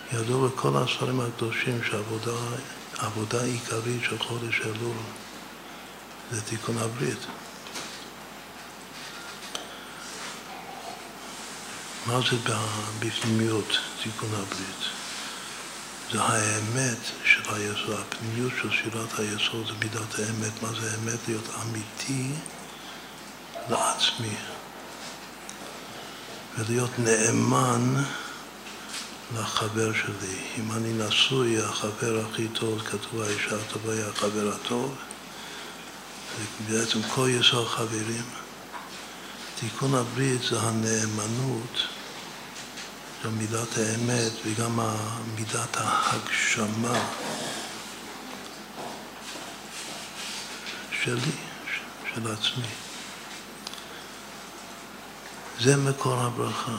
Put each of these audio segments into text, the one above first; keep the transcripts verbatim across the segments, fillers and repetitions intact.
ידוע בכל הספרים הקדושים שהעבודה העיקרית של חודש אלול זה תיקון הברית. מה זה בפנימיות תיקון הברית? זה האמת של היסוד, הפנימיות של שירת היסוד זה מידת האמת. מה זה האמת? להיות אמיתי לעצמי ולהיות נאמן לחבר שלי. אם אני נשוי, החבר הכי טוב, כתוב האישה הטובה היא החבר הטוב. זה בעצם כל יסוד חברים. תיקון הברית זה הנאמנות של מידת האמת וגם מידת ההגשמה שלי, של עצמי. זה מקור הברכה.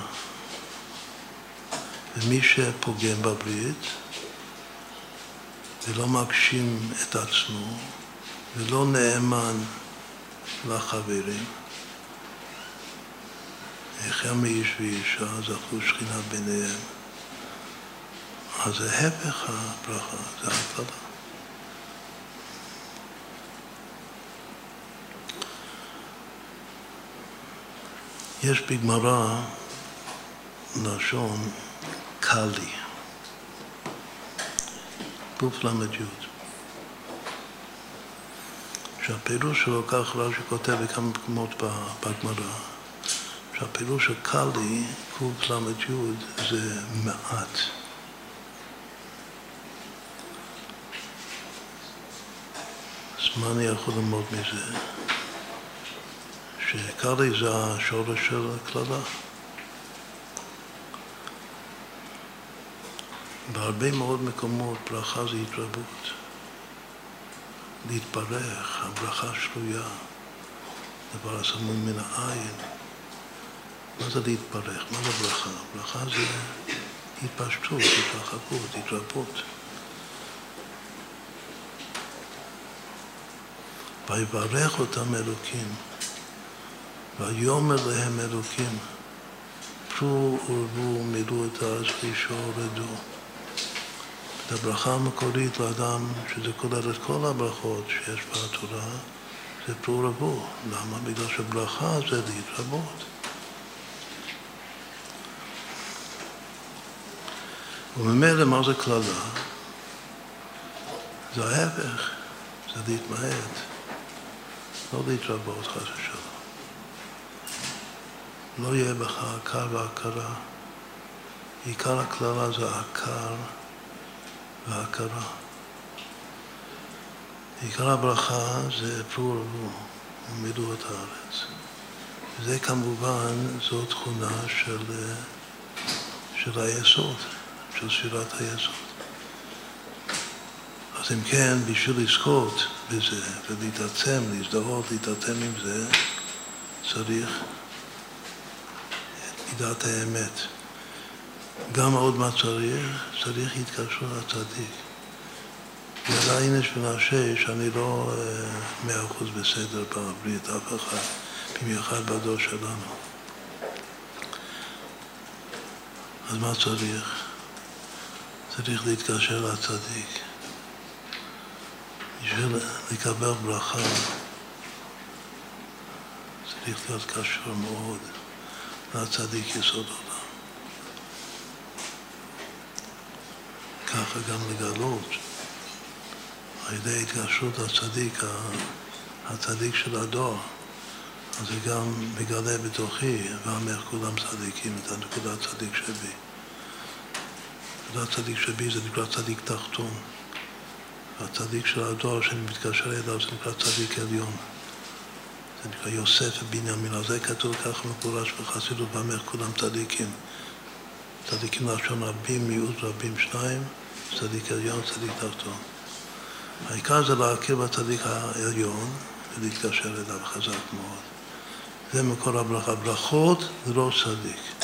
ומי שפוגם בברית ולא מגשים את עצמו ולא נאמן לחברים, איך מאיש ואישה זכו שכינה ביניהם. אז זה הפך הברכה, זה הקללה. יש בגמרא לשון קלי, קוף למד יוד, שהפירוש שלו כך רש"י כותב בכמה מקומות בגמרא, שהפירוש של קלי, קוף למד יוד, זה מעט. אז מה אני יכול ללמוד מזה? שקלי זה השורש של הקללה. בהרבה מאוד מקומות ברכה זה התרבות. להתברך, הברכה שלויה, דבר הסמוי מן העין. מה זה להתברך? מה זה ברכה? ברכה זה התפשטות, התרחבות, התרבות. ויברך אותם אלוקים, ויאמר להם אלוקים, פרו ורבו מילאו את הארץ וישרדו. את הברכה המקורית לאדם, שזה כולל את כל הברכות שיש בתורה, זה פרו ורבו. למה? בגלל שברכה זה להתרבות. וממילא מה זה קללה? זה ההפך, זה להתמעט, לא להתרבות חס ושלום. לא יהיה בך עקר והכרה. עיקר הקללה זה עקר והכרה. עיקר הברכה זה פרו ורבו ומילאו את הארץ. וזה כמובן זו תכונה של, של היסוד, של שירת היסוד. אז אם כן, בשביל לזכות בזה ולהתעצם, להזדהות, להתעצם עם זה, צריך מידת האמת. גם עוד מה צריך, צריך להתקשרות לצדיק. ועדיין יש ונעשה שאני לא מאה אחוז בסדר בברית, אף אחד, במיוחד בדור שלנו. אז מה צריך? צריך להתקשר לצדיק. בשביל לקבל ברכה, צריך להיות קשור מאוד לצדיק יסוד עולם. ככה גם לגלות, על ידי התקשרות לצדיק, הצדיק של הדור, אז זה גם מגלה בתוכי, ואומר כולם צדיקים, את הנקודת צדיק שבי. נקודת צדיק שבי זה נקרא צדיק תחתון. והצדיק של הדור שאני מתקשר אליו זה נקרא צדיק עליון. זה נקרא יוסף ובנימין. אז זה כתוב כך מפורש בחסידות, ואומר כולם צדיקים. צדיקים לשון רבים, מיעוט רבים שניים, צדיק עליון, צדיק תחתון. העיקר זה להכיר בצדיק העליון ולהתקשר אליו חזק מאוד. זה מקור הברכה. ברכות זה לא צדיק.